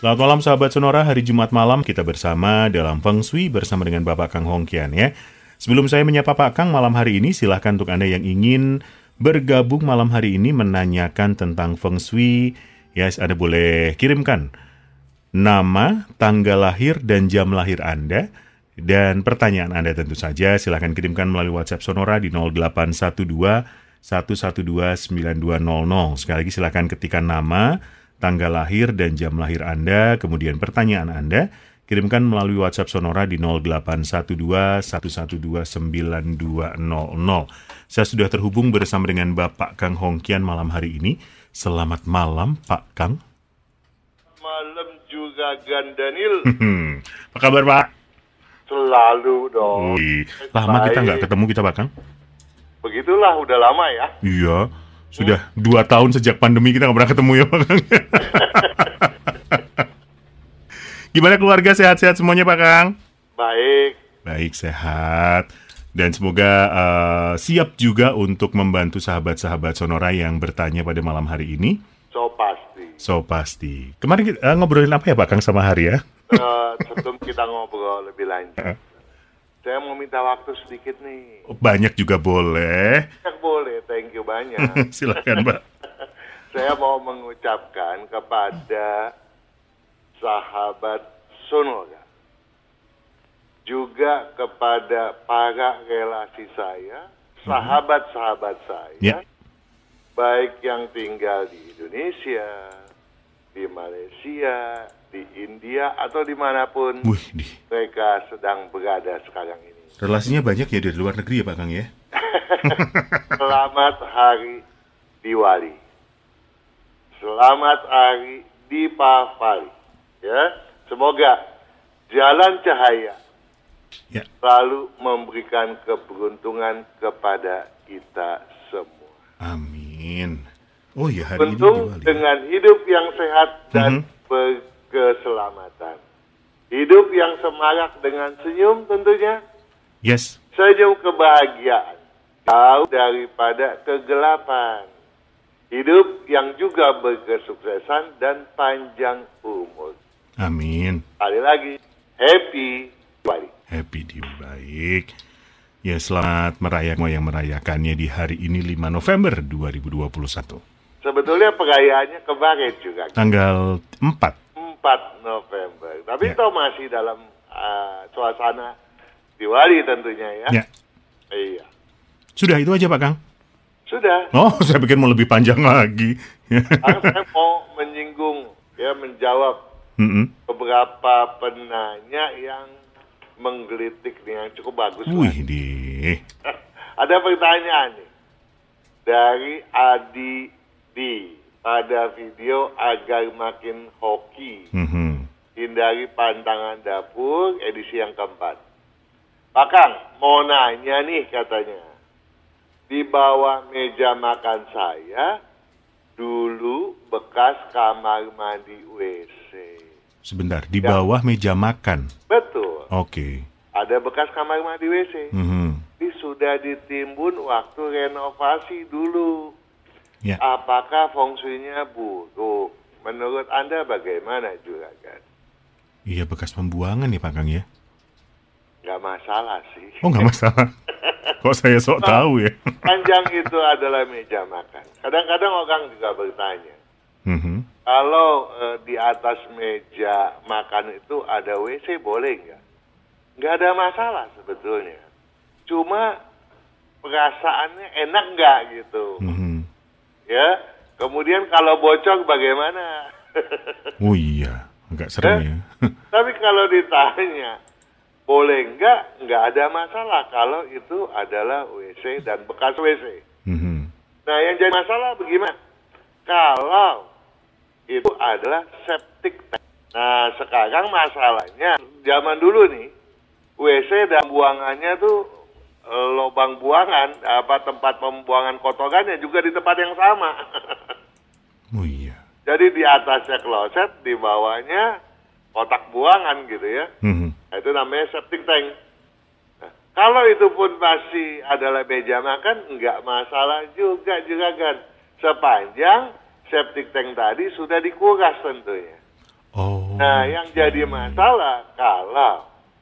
Selamat malam sahabat Sonora, hari Jumat malam kita bersama dalam Feng Shui bersama dengan Bapak Kang Hongkian ya. Sebelum saya menyapa Pak Kang malam hari ini, silahkan untuk Anda yang ingin bergabung malam hari ini menanyakan tentang Feng Shui. Ya, Anda boleh kirimkan nama, tanggal lahir, dan jam lahir Anda. Dan pertanyaan Anda tentu saja silahkan kirimkan melalui WhatsApp Sonora di 0812 112 9200. Sekali lagi silahkan ketikkan nama, tanggal lahir dan jam lahir Anda, kemudian pertanyaan Anda, kirimkan melalui WhatsApp Sonora di 0812 112 9200. Saya sudah terhubung bersama dengan Bapak Kang Hongkian malam hari ini. Selamat malam Pak Kang. Malam juga Gandanil. Apa kabar Pak? Selalu dong. Lama kita nggak ketemu kita Pak Kang. Begitulah, udah lama ya. Iya. Sudah 2 tahun sejak pandemi kita nggak pernah ketemu ya Pak Kang. Gimana keluarga, sehat-sehat semuanya Pak Kang? Baik. Baik, sehat. Dan semoga siap juga untuk membantu sahabat-sahabat Sonora yang bertanya pada malam hari ini. So pasti. Kemarin kita ngobrolin apa ya Pak Kang sama Hari ya? Sebelum kita ngobrol lebih lanjut, saya mau minta waktu sedikit nih. Banyak juga boleh. Boleh, thank you banyak. Silakan Pak. Saya mau mengucapkan kepada sahabat Sonora, juga kepada para relasi saya, sahabat-sahabat saya, baik yang tinggal di Indonesia, di Malaysia, di India, atau dimanapun mereka sedang berada sekarang ini. Relasinya banyak ya dari luar negeri ya Pak Kang ya? Selamat Hari Diwali. Selamat Hari Dipavali. Ya, semoga jalan cahaya selalu memberikan keberuntungan kepada kita semua. Amin. Oh ya, hari Untung ini Diwali. Dengan hidup yang sehat dan berkeselamatan. Hidup yang semarak dengan senyum tentunya. Yes. Senyum kebahagiaan. Jauh daripada kegelapan. Hidup yang juga berkesuksesan dan panjang umur. Amin. Sekali lagi, Happy Diwali. Happy Diwali. Baik. Ya, selamat merayakan yang merayakannya di hari ini 5 November 2021. Sebetulnya perayaannya kemarin juga. Tanggal 4 November. Tapi toh masih dalam suasana Diwali tentunya ya. Iya. Sudah itu aja Pak Kang? Sudah. Oh, saya pikir mau lebih panjang lagi. Saya mau menyinggung, menjawab beberapa penanya yang menggelitik nih, yang cukup bagus. Ada pertanyaan nih dari Adi D pada video agar makin hoki. Hindari pantangan dapur edisi yang keempat. Pak Kang, mau nanya nih katanya. Di bawah meja makan saya dulu bekas kamar mandi WC. Sebentar, di bawah meja makan? Betul. Oke. Ada bekas kamar mandi WC. Ini sudah ditimbun waktu renovasi dulu. Apakah feng shui-nya buruk? Menurut Anda bagaimana juragan? Iya, bekas pembuangan ya Pak Kang ya? Gak masalah sih. Oh, gak masalah. Kok saya sok tahu ya? Panjang itu adalah meja makan. Kadang-kadang orang juga bertanya, kalau di atas meja makan itu ada WC boleh nggak? Nggak ada masalah sebetulnya. Cuma perasaannya enak nggak gitu. Ya, kemudian kalau bocor bagaimana? Oh iya, agak serem ya. Tapi kalau ditanya, boleh nggak ada masalah kalau itu adalah WC dan bekas WC. Nah, yang jadi masalah bagaimana? Kalau itu adalah septic tank. Nah, sekarang masalahnya, zaman dulu nih, WC dan buangannya tuh lubang buangan, tempat pembuangan kotorannya juga di tempat yang sama. Oh iya. Jadi di atasnya kloset, di bawahnya kotak buangan gitu ya. Nah, itu namanya septic tank. Nah, kalau itu pun masih adalah meja makan, nggak masalah juga kan. Sepanjang septic tank tadi sudah dikuras tentunya. Oh. Nah, yang jadi masalah kalau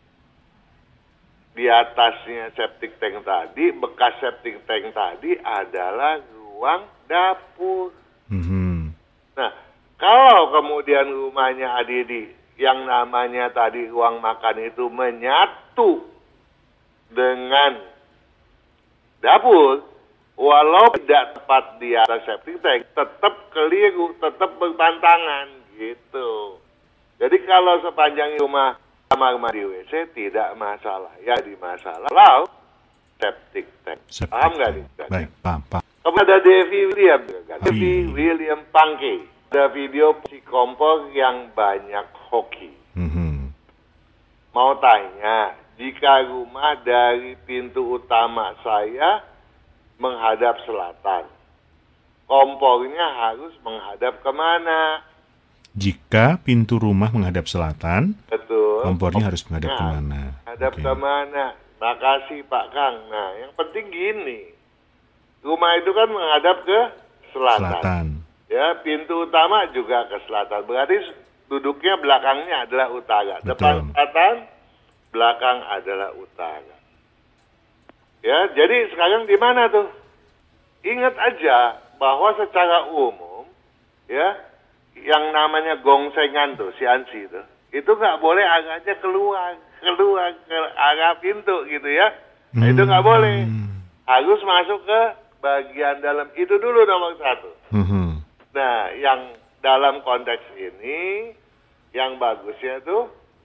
di atasnya septic tank tadi, bekas septic tank tadi adalah ruang dapur. Nah, kalau kemudian rumahnya Adidi yang namanya tadi ruang makan itu menyatu dengan dapur, walau tidak tepat di atas septic tank, tetap keliru, tetap berpantangan gitu. Jadi kalau sepanjang rumah kamar mandi WC tidak masalah. Ya di masalah septic tank. Paham nggak nih? Baik, paham. Kepada Devi William, Devi William Pangke, ada video si kompor yang banyak hoki. Mau tanya, jika rumah dari pintu utama saya menghadap selatan, kompornya harus menghadap kemana? Jika pintu rumah menghadap selatan, betul, kompornya harus menghadap kemana? Menghadap kemana? Makasih Pak Kang. Nah, yang penting gini, rumah itu kan menghadap ke selatan. Ya, pintu utama juga ke selatan. Berarti duduknya belakangnya adalah utara. Betul. Depan selatan, belakang adalah utara. Ya, jadi sekarang di mana tuh? Ingat aja bahwa secara umum, ya, yang namanya gongsengan tuh, si Ansi itu nggak boleh agaknya keluar ke arah pintu gitu ya. Nah, itu nggak boleh. Harus masuk ke bagian dalam. Itu dulu nomor satu. Nah, yang dalam konteks ini, yang bagusnya tuh,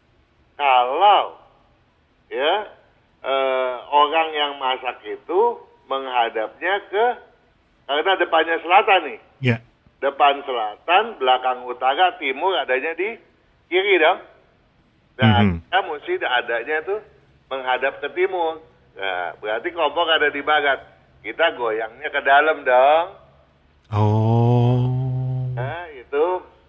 kalau ya orang yang masak itu menghadapnya karena depannya selatan nih. Ya. Depan selatan, belakang utara, timur adanya di kiri dong. Nah, kita mesti adanya tuh menghadap ke timur. Nah, berarti kompor ada di barat. Kita goyangnya ke dalam dong. Oh. Nah, itu.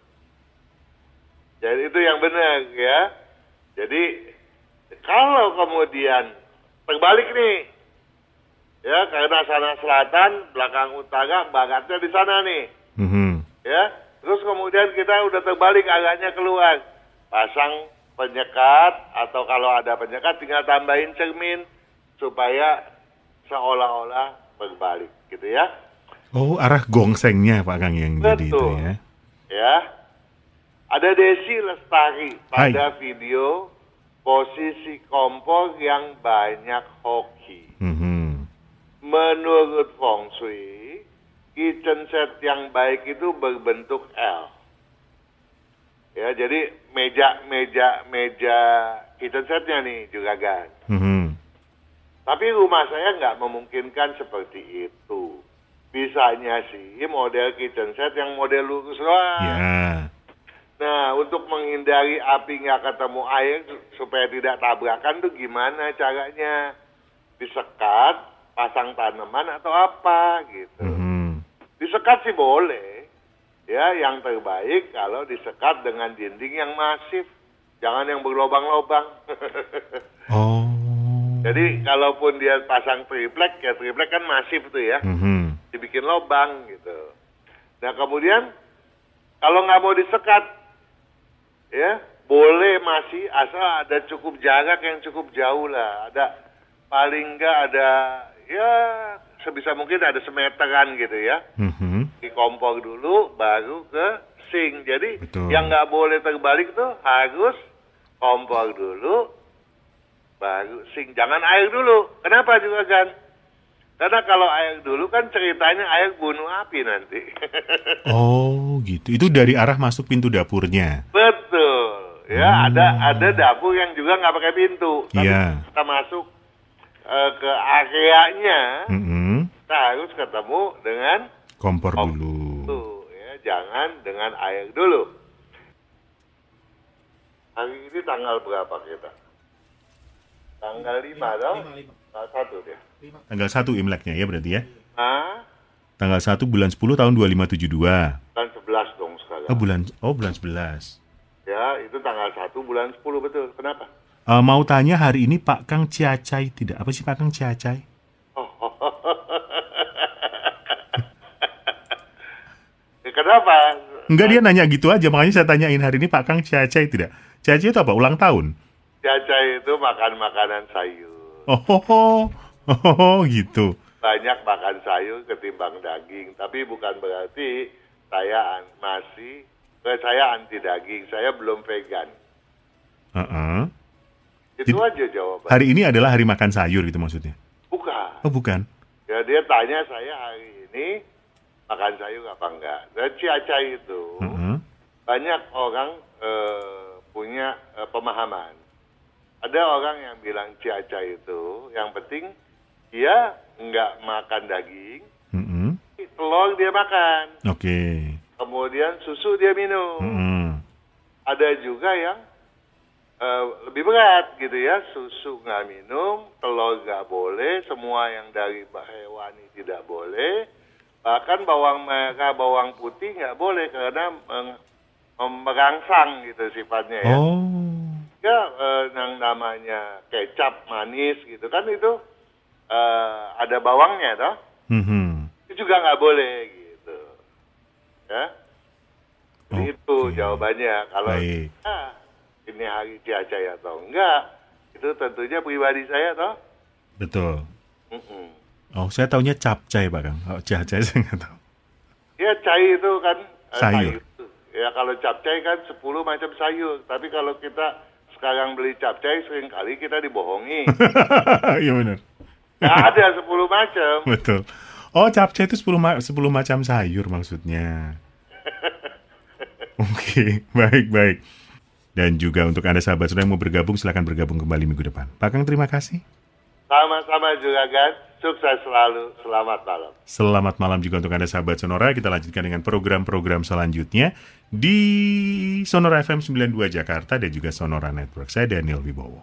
Jadi itu yang benar ya. Jadi kalau kemudian terbalik nih, ya karena sana selatan, belakang utara, baratnya di sana nih. Ya, terus kemudian kita udah terbalik agaknya keluar, pasang penyekat atau kalau ada penyekat tinggal tambahin cermin supaya seolah-olah berbalik, gitu ya. Oh, arah gongsengnya Pak Kang yang betul. Jadi itu ya. Ya, ada Desi Lestari pada video posisi kompor yang banyak hoki. Menurut Feng Shui, kitchen set yang baik itu berbentuk L. Ya, jadi meja kitchen setnya nih juga kan. Tapi rumah saya nggak memungkinkan seperti itu. Bisanya sih model kitchen set yang model lurus doang. Ya. Nah, untuk menghindari api nggak ketemu air supaya tidak tabrakan tuh gimana caranya? Disekat, pasang tanaman atau apa gitu. Disekat sih boleh, ya yang terbaik kalau disekat dengan dinding yang masif, jangan yang berlobang-lobang. Oh. Jadi kalaupun dia pasang triplek, ya triplek kan masif tuh ya, dibikin lobang gitu. Nah kemudian kalau nggak mau disekat, ya boleh masih asal ada cukup jarak yang cukup jauh lah, ada paling nggak ada ya sebisa mungkin ada semeteran gitu ya. Di kompor dulu baru ke sink. Jadi yang nggak boleh terbalik tuh harus kompor dulu baru sink. Jangan air dulu. Kenapa juga kan? Karena kalau air dulu kan ceritanya air bunuh api nanti. Oh gitu. Itu dari arah masuk pintu dapurnya. Betul. Ya ada dapur yang juga nggak pakai pintu. Tapi kita masuk ke areanya, kita harus ketemu dengan kompor dulu. Ya, jangan dengan air dulu. Hari ini tanggal berapa kita? Tanggal 5 dong? Tanggal 1 dia. Tanggal 1 Imleknya ya berarti ya? Tanggal 1 bulan 10 tahun 2572. Bulan 11 dong sekarang. Bulan 11. Ya, itu tanggal 1 bulan 10 betul. Kenapa? Mau tanya hari ini Pak Kang Ciacai tidak? Apa sih Pak Kang Ciacai? Kenapa? Enggak, dia nanya gitu aja, makanya saya tanyain hari ini Pak Kang cai-cai tidak? Cai-cai itu apa? Ulang tahun? Cai-cai itu makan makanan sayur. Gitu. Banyak makan sayur ketimbang daging, tapi bukan berarti saya anti daging, saya belum vegan. Itu aja jawabannya. Hari ini adalah hari makan sayur gitu maksudnya? Bukan. Oh, bukan. Ya, dia tanya saya hari ini makan sayur apa enggak. Dan cai-cai itu banyak orang punya pemahaman. Ada orang yang bilang cai-cai itu yang penting dia enggak makan daging, telur dia makan. Oke. Kemudian susu dia minum. Ada juga yang lebih berat gitu ya, susu nggak minum, telur nggak boleh, semua yang dari hewani tidak boleh, bahkan bawang merah, bawang putih nggak boleh karena merangsang gitu sifatnya ya. Ya, yang namanya kecap manis gitu kan itu ada bawangnya toh. Itu juga nggak boleh gitu. Ya. Jadi itu jawabannya. Kalau ini hari cai-cai atau enggak, itu tentunya pribadi saya toh. Betul. Oh, saya taunya capcay Pak Kang. Oh, cai-cai saya nggak tahu. Ya, cai itu kan sayur. Ya, kalau capcay kan 10 macam sayur. Tapi kalau kita sekarang beli capcay, seringkali kita dibohongi. Iya benar. Nggak ada 10 macam. Betul. Oh, capcay itu 10 macam sayur maksudnya. Oke, baik. Dan juga untuk Anda sahabat Sonora yang mau bergabung, silakan bergabung kembali minggu depan. Pak Kang, terima kasih. Sama-sama juga, kan. Sukses selalu. Selamat malam. Selamat malam juga untuk Anda sahabat Sonora. Kita lanjutkan dengan program-program selanjutnya di Sonora FM 92 Jakarta dan juga Sonora Network. Saya Daniel Wibowo.